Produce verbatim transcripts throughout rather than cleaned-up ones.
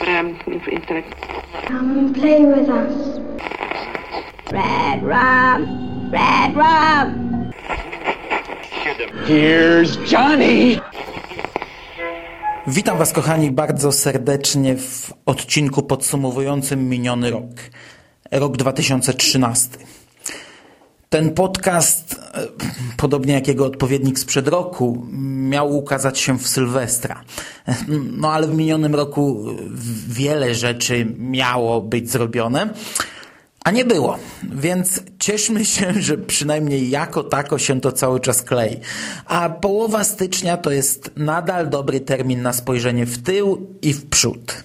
Come and play with us. Red rum, red rum. Here's Johnny. Witam Was, kochani, bardzo serdecznie w odcinku podsumowującym miniony rok. Rok dwa tysiące trzynasty. Ten podcast, podobnie jak jego odpowiednik sprzed roku, miał ukazać się w Sylwestra. No ale w minionym roku wiele rzeczy miało być zrobione, a nie było. Więc cieszmy się, że przynajmniej jako tako się to cały czas klei. A połowa stycznia to jest nadal dobry termin na spojrzenie w tył i w przód.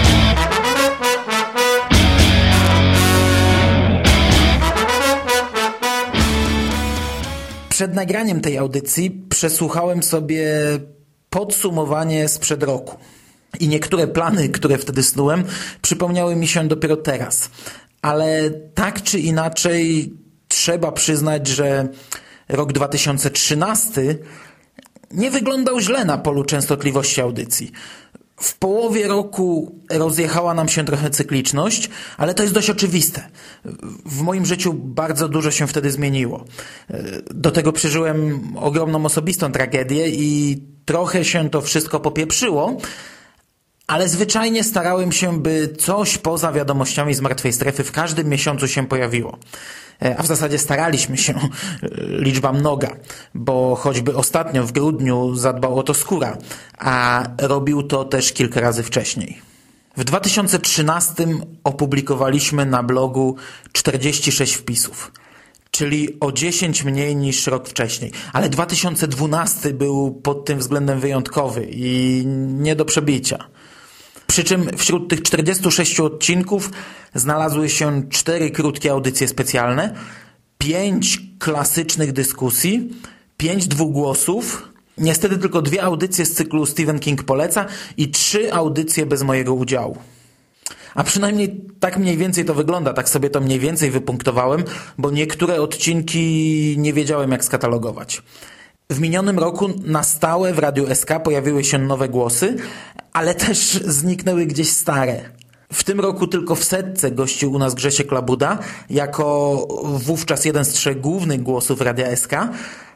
Przed nagraniem tej audycji przesłuchałem sobie podsumowanie sprzed roku. I niektóre plany, które wtedy snułem, przypomniały mi się dopiero teraz. Ale tak czy inaczej trzeba przyznać, że rok dwa tysiące trzynasty nie wyglądał źle na polu częstotliwości audycji. W połowie roku rozjechała nam się trochę cykliczność, ale to jest dość oczywiste. W moim życiu bardzo dużo się wtedy zmieniło. Do tego przeżyłem ogromną osobistą tragedię i trochę się to wszystko popieprzyło, ale zwyczajnie starałem się, by coś poza wiadomościami z martwej strefy w każdym miesiącu się pojawiło. A w zasadzie staraliśmy się, liczba mnoga, bo choćby ostatnio w grudniu zadbał o to Skóra, a robił to też kilka razy wcześniej. W dwa tysiące trzynastym opublikowaliśmy na blogu czterdzieści sześć wpisów, czyli o dziesięć mniej niż rok wcześniej. Ale dwa tysiące dwunasty był pod tym względem wyjątkowy i nie do przebicia. Przy czym wśród tych czterdziestu sześciu odcinków znalazły się cztery krótkie audycje specjalne, pięć klasycznych dyskusji, pięć dwugłosów, niestety tylko dwie audycje z cyklu Stephen King poleca i trzy audycje bez mojego udziału. A przynajmniej tak mniej więcej to wygląda, tak sobie to mniej więcej wypunktowałem, bo niektóre odcinki nie wiedziałem jak skatalogować. W minionym roku na stałe w Radiu S K pojawiły się nowe głosy, ale też zniknęły gdzieś stare. W tym roku tylko w setce gościł u nas Grzesiek Labuda, jako wówczas jeden z trzech głównych głosów Radia S K,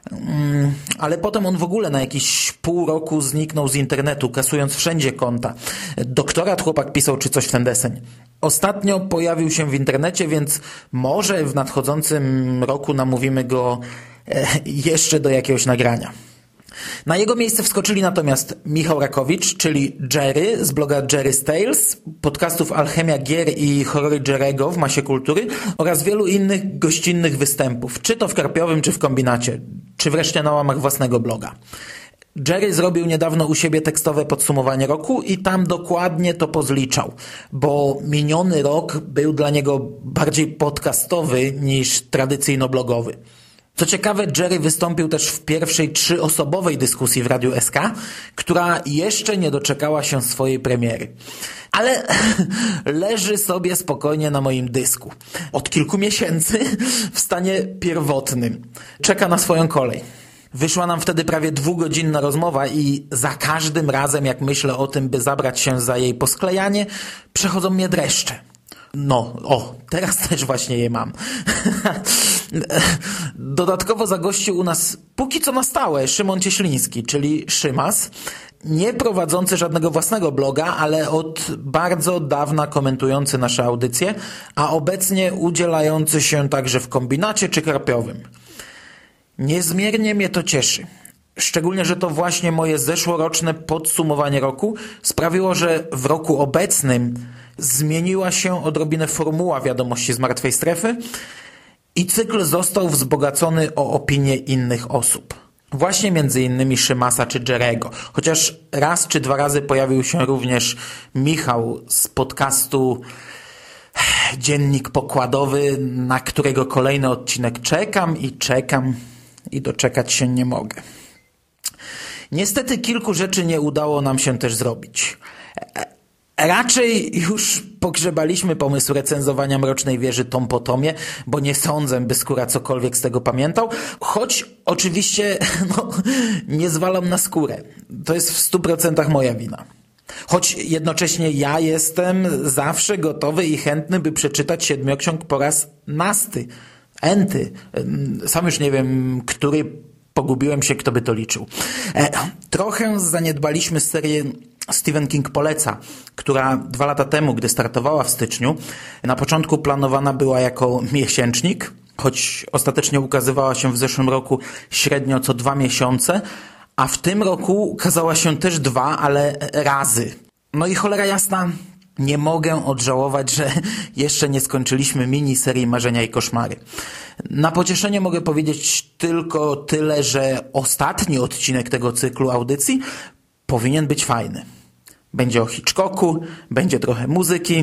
ale potem on w ogóle na jakiś pół roku zniknął z internetu, kasując wszędzie konta. Doktorat chłopak pisał czy coś w ten deseń. Ostatnio pojawił się w internecie, więc może w nadchodzącym roku namówimy go jeszcze do jakiegoś nagrania. Na jego miejsce wskoczyli natomiast Michał Rakowicz, czyli Jerry z bloga Jerry's Tales, podcastów Alchemia Gier i Horrory Jerry'ego w Masie Kultury oraz wielu innych gościnnych występów, czy to w Karpiowym, czy w Kombinacie, czy wreszcie na łamach własnego bloga. Jerry zrobił niedawno u siebie tekstowe podsumowanie roku i tam dokładnie to pozliczał, bo miniony rok był dla niego bardziej podcastowy niż tradycyjno-blogowy. Co ciekawe, Jerry wystąpił też w pierwszej trzyosobowej dyskusji w Radiu S K, która jeszcze nie doczekała się swojej premiery. Ale leży sobie spokojnie na moim dysku. Od kilku miesięcy w stanie pierwotnym. Czeka na swoją kolej. Wyszła nam wtedy prawie dwugodzinna rozmowa i za każdym razem, jak myślę o tym, by zabrać się za jej posklejanie, przechodzą mnie dreszcze. No, o, teraz też właśnie je mam. Dodatkowo zagościł u nas póki co na stałe Szymon Cieśliński, czyli Szymas, nie prowadzący żadnego własnego bloga, ale od bardzo dawna komentujący nasze audycje, a obecnie udzielający się także w Kombinacie czy Karpiowym. Niezmiernie mnie to cieszy. Szczególnie, że to właśnie moje zeszłoroczne podsumowanie roku sprawiło, że w roku obecnym zmieniła się odrobinę formuła wiadomości z martwej strefy i cykl został wzbogacony o opinie innych osób. Właśnie między innymi Szymasa czy Jerry'ego. Chociaż raz czy dwa razy pojawił się również Michał z podcastu Dziennik Pokładowy, na którego kolejny odcinek czekam i czekam i doczekać się nie mogę. Niestety kilku rzeczy nie udało nam się też zrobić. Raczej już pogrzebaliśmy pomysł recenzowania Mrocznej Wieży tom po tomie, bo nie sądzę, by Skóra cokolwiek z tego pamiętał, choć oczywiście no, nie zwalam na Skórę. To jest w stu procentach moja wina. Choć jednocześnie ja jestem zawsze gotowy i chętny, by przeczytać siedmioksiąg po raz nasty, enty. Sam już nie wiem, który pogubiłem się, kto by to liczył. E, trochę zaniedbaliśmy serię Stephen King poleca, która dwa lata temu, gdy startowała w styczniu, na początku planowana była jako miesięcznik, choć ostatecznie ukazywała się w zeszłym roku średnio co dwa miesiące, a w tym roku ukazała się też dwa, ale razy. No i cholera jasna, nie mogę odżałować, że jeszcze nie skończyliśmy miniserii Marzenia i koszmary. Na pocieszenie mogę powiedzieć tylko tyle, że ostatni odcinek tego cyklu audycji powinien być fajny. Będzie o Hitchcocku, będzie trochę muzyki,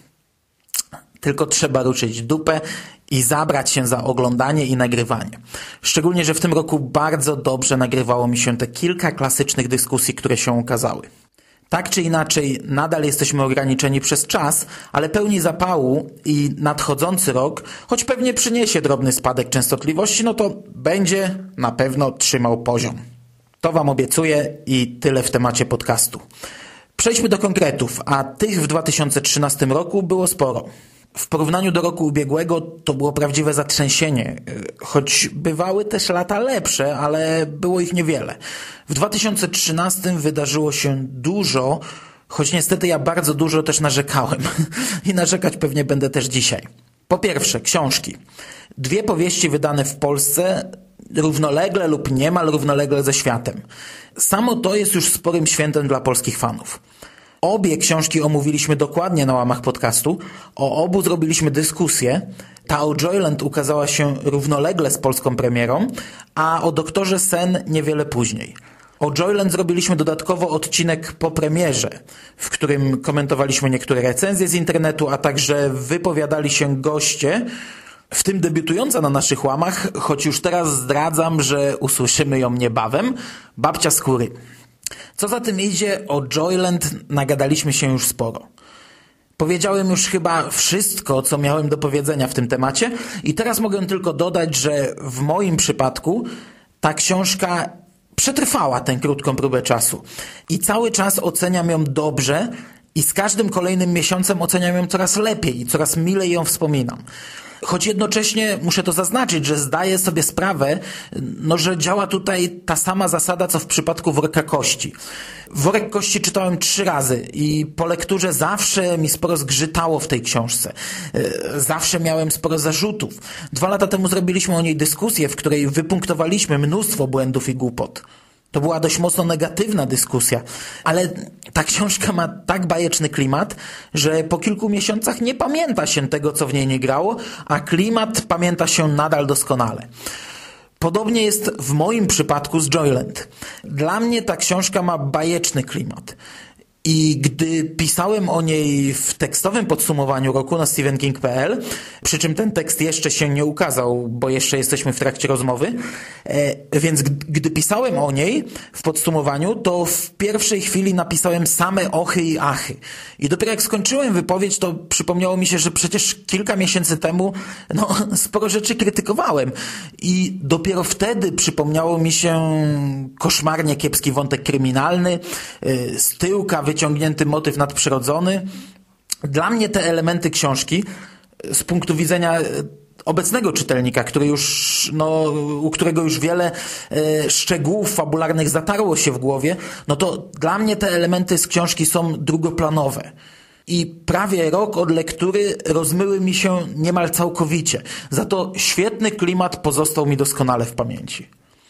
tylko trzeba ruszyć dupę i zabrać się za oglądanie i nagrywanie. Szczególnie, że w tym roku bardzo dobrze nagrywało mi się te kilka klasycznych dyskusji, które się ukazały. Tak czy inaczej, nadal jesteśmy ograniczeni przez czas, ale pełni zapału i nadchodzący rok, choć pewnie przyniesie drobny spadek częstotliwości, no to będzie na pewno trzymał poziom. To wam obiecuję i tyle w temacie podcastu. Przejdźmy do konkretów, a tych w dwa tysiące trzynastym roku było sporo. W porównaniu do roku ubiegłego to było prawdziwe zatrzęsienie, choć bywały też lata lepsze, ale było ich niewiele. W dwa tysiące trzynastym wydarzyło się dużo, choć niestety ja bardzo dużo też narzekałem i narzekać pewnie będę też dzisiaj. Po pierwsze, książki. Dwie powieści wydane w Polsce równolegle lub niemal równolegle ze światem. Samo to jest już sporym świętem dla polskich fanów. Obie książki omówiliśmy dokładnie na łamach podcastu, o obu zrobiliśmy dyskusję. Ta o Joyland ukazała się równolegle z polską premierą, a o Doktorze Sen niewiele później. O Joyland zrobiliśmy dodatkowo odcinek po premierze, w którym komentowaliśmy niektóre recenzje z internetu, a także wypowiadali się goście, w tym debiutująca na naszych łamach, choć już teraz zdradzam, że usłyszymy ją niebawem, babcia Skóry. Co za tym idzie, o Joyland nagadaliśmy się już sporo. Powiedziałem już chyba wszystko, co miałem do powiedzenia w tym temacie i teraz mogę tylko dodać, że w moim przypadku ta książka przetrwała tę krótką próbę czasu i cały czas oceniam ją dobrze i z każdym kolejnym miesiącem oceniam ją coraz lepiej i coraz milej ją wspominam. Choć jednocześnie muszę to zaznaczyć, że zdaję sobie sprawę, no, że działa tutaj ta sama zasada, co w przypadku Worka Kości. Worek Kości czytałem trzy razy i po lekturze zawsze mi sporo zgrzytało w tej książce. Zawsze miałem sporo zarzutów. Dwa lata temu zrobiliśmy o niej dyskusję, w której wypunktowaliśmy mnóstwo błędów i głupot. To była dość mocno negatywna dyskusja, ale ta książka ma tak bajeczny klimat, że po kilku miesiącach nie pamięta się tego, co w niej nie grało, a klimat pamięta się nadal doskonale. Podobnie jest w moim przypadku z Joyland. Dla mnie ta książka ma bajeczny klimat. I gdy pisałem o niej w tekstowym podsumowaniu roku na stephen king kropka p l, przy czym ten tekst jeszcze się nie ukazał, bo jeszcze jesteśmy w trakcie rozmowy, e, więc gdy pisałem o niej w podsumowaniu, to w pierwszej chwili napisałem same ochy i achy. I dopiero jak skończyłem wypowiedź, to przypomniało mi się, że przecież kilka miesięcy temu no, sporo rzeczy krytykowałem. I dopiero wtedy przypomniało mi się koszmarnie kiepski wątek kryminalny, e, z tyłka wyciągnięty motyw nadprzyrodzony. Dla mnie te elementy książki z punktu widzenia obecnego czytelnika, który już, no, u którego już wiele e, szczegółów fabularnych zatarło się w głowie, no to dla mnie te elementy z książki są drugoplanowe. I prawie rok od lektury rozmyły mi się niemal całkowicie. Za to świetny klimat pozostał mi doskonale w pamięci.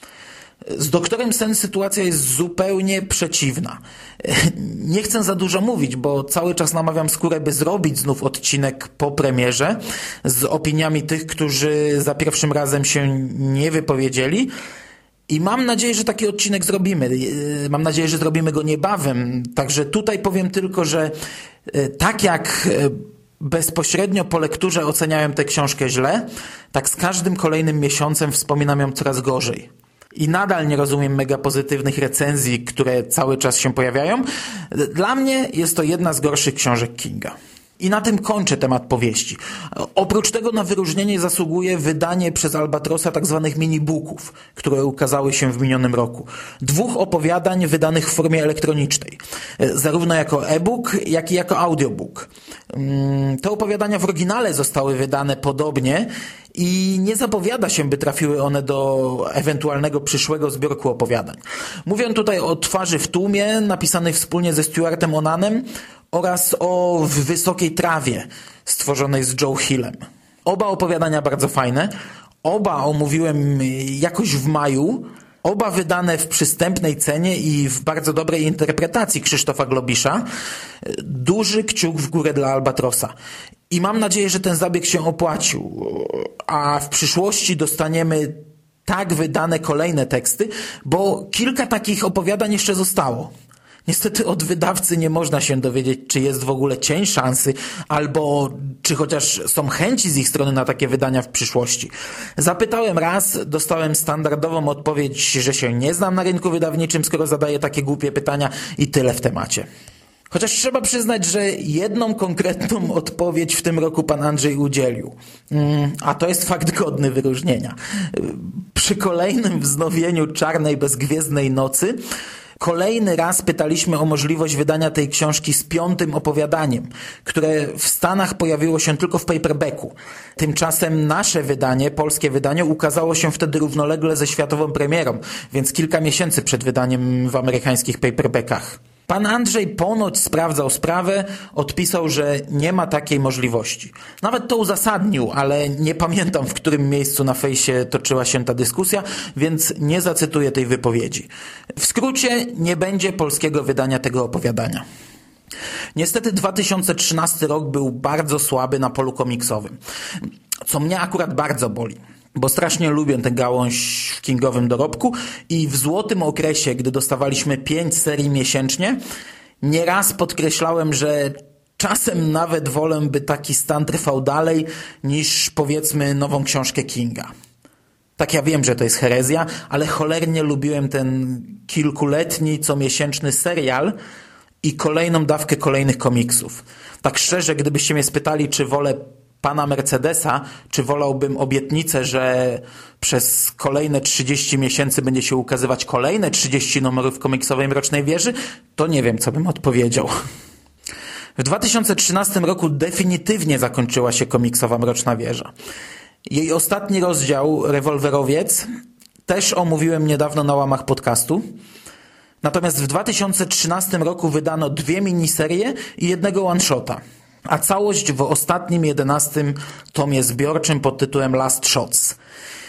Z Doktorem Sen sytuacja jest zupełnie przeciwna. Nie chcę za dużo mówić, bo cały czas namawiam Skórę, by zrobić znów odcinek po premierze z opiniami tych, którzy za pierwszym razem się nie wypowiedzieli. I mam nadzieję, że taki odcinek zrobimy. Mam nadzieję, że zrobimy go niebawem. Także tutaj powiem tylko, że tak jak bezpośrednio po lekturze oceniałem tę książkę źle, tak z każdym kolejnym miesiącem wspominam ją coraz gorzej. I nadal nie rozumiem mega pozytywnych recenzji, które cały czas się pojawiają. Dla mnie jest to jedna z gorszych książek Kinga. I na tym kończę temat powieści. Oprócz tego na wyróżnienie zasługuje wydanie przez Albatrosa tzw. minibooków, które ukazały się w minionym roku. Dwóch opowiadań wydanych w formie elektronicznej. Zarówno jako e-book, jak i jako audiobook. Te opowiadania w oryginale zostały wydane podobnie i nie zapowiada się, by trafiły one do ewentualnego przyszłego zbiorku opowiadań. Mówię tutaj o Twarzy w tłumie, napisanej wspólnie ze Stuartem Onanem, oraz o W wysokiej trawie, stworzonej z Joe Hillem. Oba opowiadania bardzo fajne, oba omówiłem jakoś w maju, oba wydane w przystępnej cenie i w bardzo dobrej interpretacji Krzysztofa Globisza. Duży kciuk w górę dla Albatrosa. I mam nadzieję, że ten zabieg się opłacił, a w przyszłości dostaniemy tak wydane kolejne teksty, bo kilka takich opowiadań jeszcze zostało. Niestety od wydawcy nie można się dowiedzieć, czy jest w ogóle cień szansy, albo czy chociaż są chęci z ich strony na takie wydania w przyszłości. Zapytałem raz, dostałem standardową odpowiedź, że się nie znam na rynku wydawniczym, skoro zadaję takie głupie pytania i tyle w temacie. Chociaż trzeba przyznać, że jedną konkretną odpowiedź w tym roku pan Andrzej udzielił. A to jest fakt godny wyróżnienia. Przy kolejnym wznowieniu Czarnej Bezgwiezdnej Nocy kolejny raz pytaliśmy o możliwość wydania tej książki z piątym opowiadaniem, które w Stanach pojawiło się tylko w paperbacku. Tymczasem nasze wydanie, polskie wydanie, ukazało się wtedy równolegle ze światową premierą, więc kilka miesięcy przed wydaniem w amerykańskich paperbackach. Pan Andrzej ponoć sprawdzał sprawę, odpisał, że nie ma takiej możliwości. Nawet to uzasadnił, ale nie pamiętam, w którym miejscu na fejsie toczyła się ta dyskusja, więc nie zacytuję tej wypowiedzi. W skrócie, nie będzie polskiego wydania tego opowiadania. Niestety dwa tysiące trzynasty rok był bardzo słaby na polu komiksowym, co mnie akurat bardzo boli. Bo strasznie lubię tę gałąź w kingowym dorobku i w złotym okresie, gdy dostawaliśmy pięć serii miesięcznie, nieraz podkreślałem, że czasem nawet wolę, by taki stan trwał dalej, niż powiedzmy nową książkę Kinga. Tak, ja wiem, że to jest herezja, ale cholernie lubiłem ten kilkuletni, comiesięczny serial i kolejną dawkę kolejnych komiksów. Tak szczerze, gdybyście mnie spytali, czy wolę Pana Mercedesa, czy wolałbym obietnicę, że przez kolejne trzydzieści miesięcy będzie się ukazywać kolejne trzydzieści numerów komiksowej Mrocznej Wieży, to nie wiem, co bym odpowiedział. W dwa tysiące trzynastym roku definitywnie zakończyła się komiksowa Mroczna Wieża. Jej ostatni rozdział, Rewolwerowiec, też omówiłem niedawno na łamach podcastu. Natomiast w dwa tysiące trzynastym roku wydano dwie miniserie i jednego one-shota, a całość w ostatnim, jedenastym tomie zbiorczym pod tytułem Last Shots.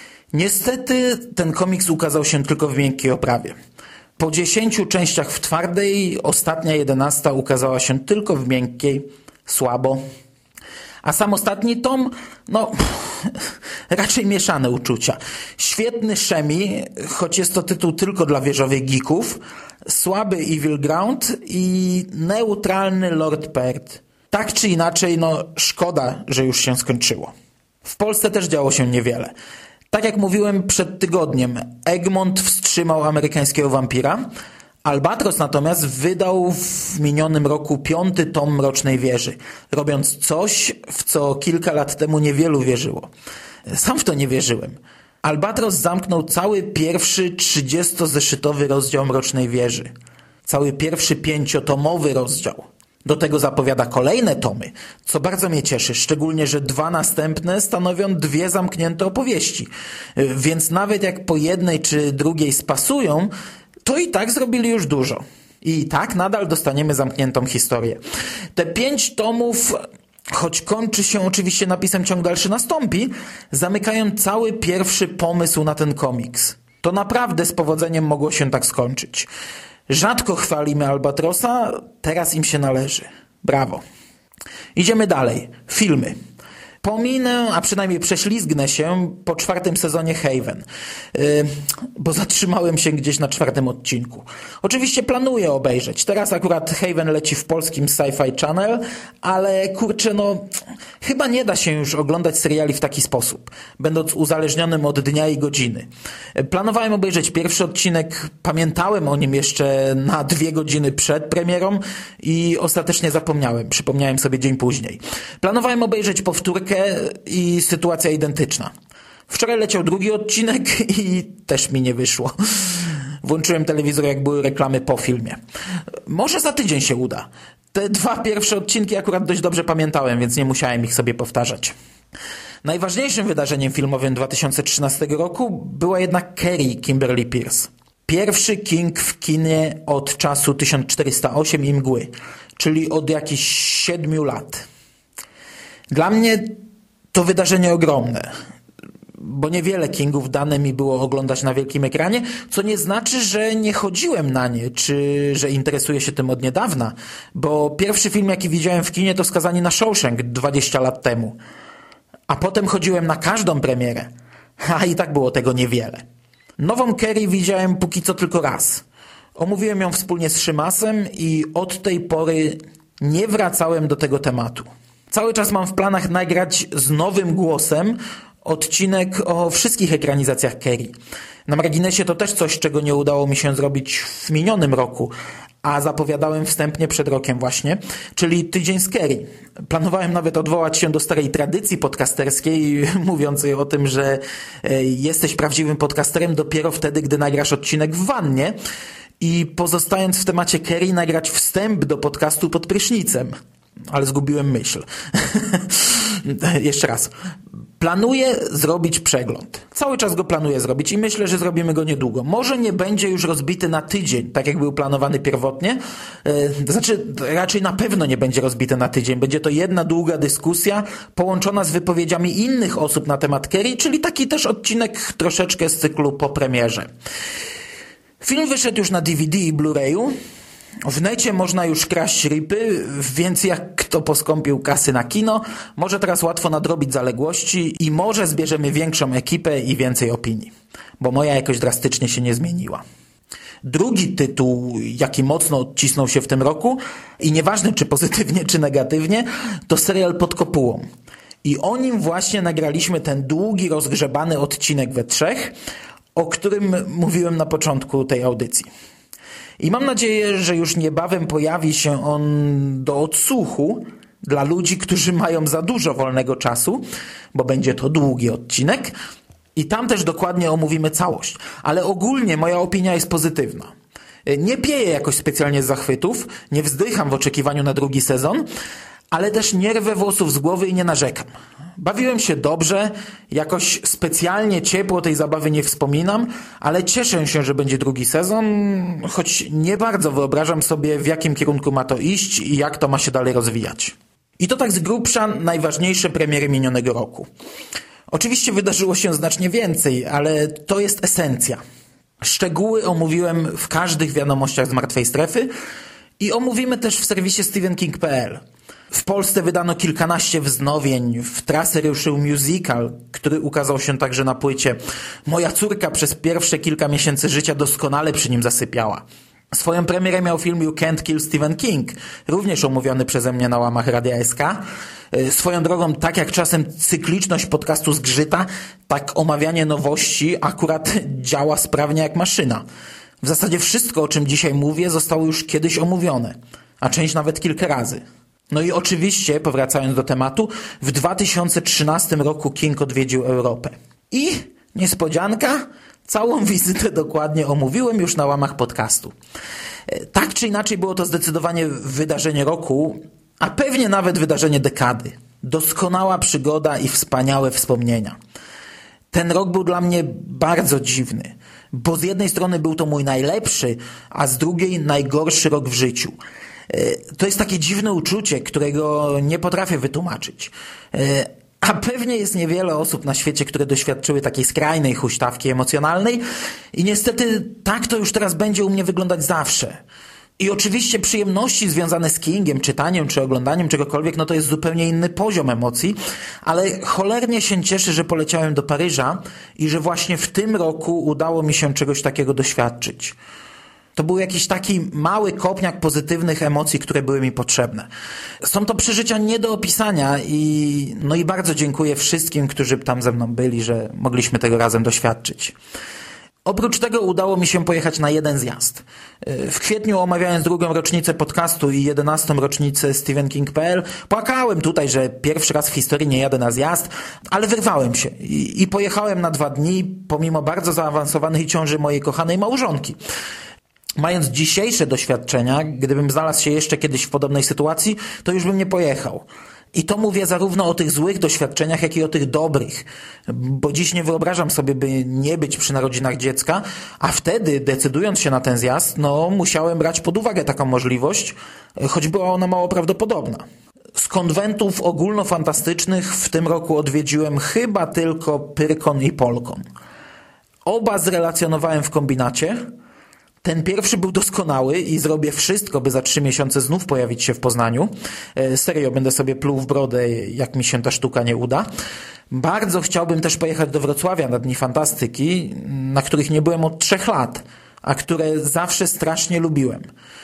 Niestety ten komiks ukazał się tylko w miękkiej oprawie. Po dziesięciu częściach w twardej, ostatnia jedenasta ukazała się tylko w miękkiej, słabo. A sam ostatni tom, no raczej mieszane uczucia. Świetny Szemi, choć jest to tytuł tylko dla wieżowych geeków, słaby Evil Ground i neutralny Lord Pert. Tak czy inaczej, no szkoda, że już się skończyło. W Polsce też działo się niewiele. Tak jak mówiłem przed tygodniem, Egmont wstrzymał amerykańskiego wampira, Albatros natomiast wydał w minionym roku piąty tom Mrocznej Wieży, robiąc coś, w co kilka lat temu niewielu wierzyło. Sam w to nie wierzyłem. Albatros zamknął cały pierwszy trzydziestozeszytowy rozdział Mrocznej Wieży. Cały pierwszy pięciotomowy rozdział. Do tego zapowiada kolejne tomy, co bardzo mnie cieszy, szczególnie, że dwa następne stanowią dwie zamknięte opowieści. Więc nawet jak po jednej czy drugiej spasują, to i tak zrobili już dużo. I tak nadal dostaniemy zamkniętą historię. Te pięć tomów, choć kończy się oczywiście napisem ciąg dalszy nastąpi, zamykają cały pierwszy pomysł na ten komiks. To naprawdę z powodzeniem mogło się tak skończyć. Rzadko chwalimy Albatrosa, teraz im się należy. Brawo. Idziemy dalej. Filmy. pominę, a przynajmniej prześlizgnę się po czwartym sezonie Haven, yy, bo zatrzymałem się gdzieś na czwartym odcinku. Oczywiście planuję obejrzeć. Teraz akurat Haven leci w polskim Sci-Fi Channel, ale kurczę, no chyba nie da się już oglądać seriali w taki sposób, będąc uzależnionym od dnia i godziny. Planowałem obejrzeć pierwszy odcinek, pamiętałem o nim jeszcze na dwie godziny przed premierą i ostatecznie zapomniałem. Przypomniałem sobie dzień później. Planowałem obejrzeć powtórkę i sytuacja identyczna. Wczoraj leciał drugi odcinek i też mi nie wyszło. Włączyłem telewizor, jak były reklamy po filmie. Może za tydzień się uda. Te dwa pierwsze odcinki akurat dość dobrze pamiętałem, więc nie musiałem ich sobie powtarzać. Najważniejszym wydarzeniem filmowym dwa tysiące trzynastego roku była jednak Carrie Kimberly Peirce. Pierwszy King w kinie od czasu tysiąc czterysta osiem i Mgły, czyli od jakichś siedmiu lat. Dla mnie to wydarzenie ogromne, bo niewiele Kingów dane mi było oglądać na wielkim ekranie, co nie znaczy, że nie chodziłem na nie, czy że interesuję się tym od niedawna, bo pierwszy film, jaki widziałem w kinie, to Skazani na Shawshank dwadzieścia lat temu. A potem chodziłem na każdą premierę, a i tak było tego niewiele. Nową Carrie widziałem póki co tylko raz. Omówiłem ją wspólnie z Szymasem i od tej pory nie wracałem do tego tematu. Cały czas mam w planach nagrać z nowym głosem odcinek o wszystkich ekranizacjach Carrie. Na marginesie to też coś, czego nie udało mi się zrobić w minionym roku, a zapowiadałem wstępnie przed rokiem właśnie, czyli tydzień z Carrie. Planowałem nawet odwołać się do starej tradycji podcasterskiej, mówiąc o tym, że jesteś prawdziwym podcasterem dopiero wtedy, gdy nagrasz odcinek w wannie i pozostając w temacie Carrie nagrać wstęp do podcastu pod prysznicem. Ale zgubiłem myśl. Jeszcze raz. Planuję zrobić przegląd. Cały czas go planuję zrobić i myślę, że zrobimy go niedługo. Może nie będzie już rozbity na tydzień, tak jak był planowany pierwotnie. To znaczy, raczej na pewno nie będzie rozbity na tydzień. Będzie to jedna długa dyskusja połączona z wypowiedziami innych osób na temat Carrie, czyli taki też odcinek troszeczkę z cyklu po premierze. Film wyszedł już na D V D i Blu-rayu. W necie można już kraść ripy, więc jak kto poskąpił kasy na kino, może teraz łatwo nadrobić zaległości i może zbierzemy większą ekipę i więcej opinii, bo moja jakoś drastycznie się nie zmieniła. Drugi tytuł, jaki mocno odcisnął się w tym roku i nieważne czy pozytywnie czy negatywnie, to serial Pod kopułą. I o nim właśnie nagraliśmy ten długi, rozgrzebany odcinek we trzech, o którym mówiłem na początku tej audycji. I mam nadzieję, że już niebawem pojawi się on do odsłuchu dla ludzi, którzy mają za dużo wolnego czasu, bo będzie to długi odcinek i tam też dokładnie omówimy całość. Ale ogólnie moja opinia jest pozytywna. Nie pieję jakoś specjalnie z zachwytów, nie wzdycham w oczekiwaniu na drugi sezon, ale też nie rwę włosów z głowy i nie narzekam. Bawiłem się dobrze, jakoś specjalnie ciepło tej zabawy nie wspominam, ale cieszę się, że będzie drugi sezon, choć nie bardzo wyobrażam sobie, w jakim kierunku ma to iść i jak to ma się dalej rozwijać. I to tak z grubsza najważniejsze premiery minionego roku. Oczywiście wydarzyło się znacznie więcej, ale to jest esencja. Szczegóły omówiłem w każdych wiadomościach z Martwej Strefy i omówimy też w serwisie steven king kropka p l. W Polsce wydano kilkanaście wznowień, w trasę ruszył musical, który ukazał się także na płycie. Moja córka przez pierwsze kilka miesięcy życia doskonale przy nim zasypiała. Swoją premierę miał film You Can't Kill Stephen King, również omówiony przeze mnie na łamach Radia S K. Swoją drogą, tak jak czasem cykliczność podcastu zgrzyta, tak omawianie nowości akurat działa sprawnie jak maszyna. W zasadzie wszystko, o czym dzisiaj mówię, zostało już kiedyś omówione, a część nawet kilka razy. No i oczywiście, powracając do tematu, w dwa tysiące trzynastym roku King odwiedził Europę. I niespodzianka, całą wizytę dokładnie omówiłem już na łamach podcastu. Tak czy inaczej było to zdecydowanie wydarzenie roku, a pewnie nawet wydarzenie dekady. Doskonała przygoda i wspaniałe wspomnienia. Ten rok był dla mnie bardzo dziwny, bo z jednej strony był to mój najlepszy, a z drugiej najgorszy rok w życiu. To jest takie dziwne uczucie, którego nie potrafię wytłumaczyć. A pewnie jest niewiele osób na świecie, które doświadczyły takiej skrajnej huśtawki emocjonalnej i niestety tak to już teraz będzie u mnie wyglądać zawsze. I oczywiście przyjemności związane z Kingiem, czytaniem czy oglądaniem czegokolwiek, no to jest zupełnie inny poziom emocji, ale cholernie się cieszę, że poleciałem do Paryża i że właśnie w tym roku udało mi się czegoś takiego doświadczyć. To był jakiś taki mały kopniak pozytywnych emocji, które były mi potrzebne. Są to przeżycia nie do opisania i no i bardzo dziękuję wszystkim, którzy tam ze mną byli, że mogliśmy tego razem doświadczyć. Oprócz tego udało mi się pojechać na jeden zjazd. W kwietniu, omawiając drugą rocznicę podcastu i jedenastą rocznicę Stephen King kropka p l, płakałem tutaj, że pierwszy raz w historii nie jadę na zjazd, ale wyrwałem się i, i pojechałem na dwa dni, pomimo bardzo zaawansowanej ciąży mojej kochanej małżonki. Mając dzisiejsze doświadczenia, gdybym znalazł się jeszcze kiedyś w podobnej sytuacji, to już bym nie pojechał. I to mówię zarówno o tych złych doświadczeniach, jak i o tych dobrych. Bo dziś nie wyobrażam sobie, by nie być przy narodzinach dziecka, a wtedy, decydując się na ten zjazd, no musiałem brać pod uwagę taką możliwość, choć była ona mało prawdopodobna. Z konwentów ogólnofantastycznych w tym roku odwiedziłem chyba tylko Pyrkon i Polkon. Oba zrelacjonowałem w kombinacie. Ten pierwszy był doskonały i zrobię wszystko, by za trzy miesiące znów pojawić się w Poznaniu. Serio, będę sobie pluł w brodę, jak mi się ta sztuka nie uda. Bardzo chciałbym też pojechać do Wrocławia na Dni Fantastyki, na których nie byłem od trzech lat, a które zawsze strasznie lubiłem.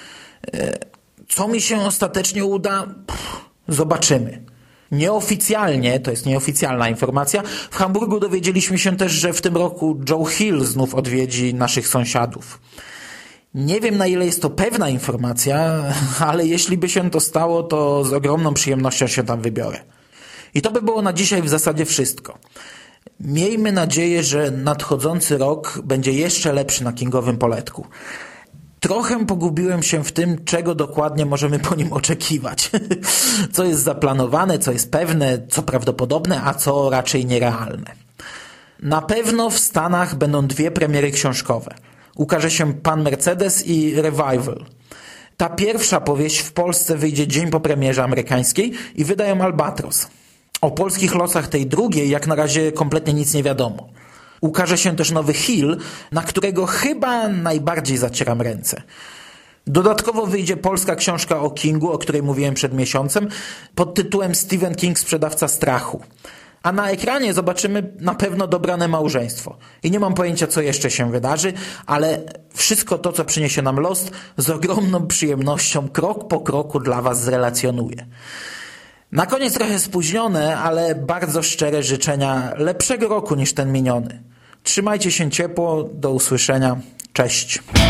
Co mi się ostatecznie uda? Pff, zobaczymy. Nieoficjalnie, to jest nieoficjalna informacja, w Hamburgu dowiedzieliśmy się też, że w tym roku Joe Hill znów odwiedzi naszych sąsiadów. Nie wiem, na ile jest to pewna informacja, ale jeśli by się to stało, to z ogromną przyjemnością się tam wybiorę. I to by było na dzisiaj w zasadzie wszystko. Miejmy nadzieję, że nadchodzący rok będzie jeszcze lepszy na Kingowym poletku. Trochę pogubiłem się w tym, czego dokładnie możemy po nim oczekiwać. Co jest zaplanowane, co jest pewne, co prawdopodobne, a co raczej nierealne. Na pewno w Stanach będą dwie premiery książkowe. Ukaże się Pan Mercedes i Revival. Ta pierwsza powieść w Polsce wyjdzie dzień po premierze amerykańskiej i wydają Albatros. O polskich losach tej drugiej jak na razie kompletnie nic nie wiadomo. Ukaże się też nowy Hill, na którego chyba najbardziej zacieram ręce. Dodatkowo wyjdzie polska książka o Kingu, o której mówiłem przed miesiącem, pod tytułem Stephen King Sprzedawca strachu. A na ekranie zobaczymy na pewno Dobrane małżeństwo. I nie mam pojęcia, co jeszcze się wydarzy, ale wszystko to, co przyniesie nam los, z ogromną przyjemnością krok po kroku dla Was zrelacjonuję. Na koniec trochę spóźnione, ale bardzo szczere życzenia lepszego roku niż ten miniony. Trzymajcie się ciepło, do usłyszenia, cześć.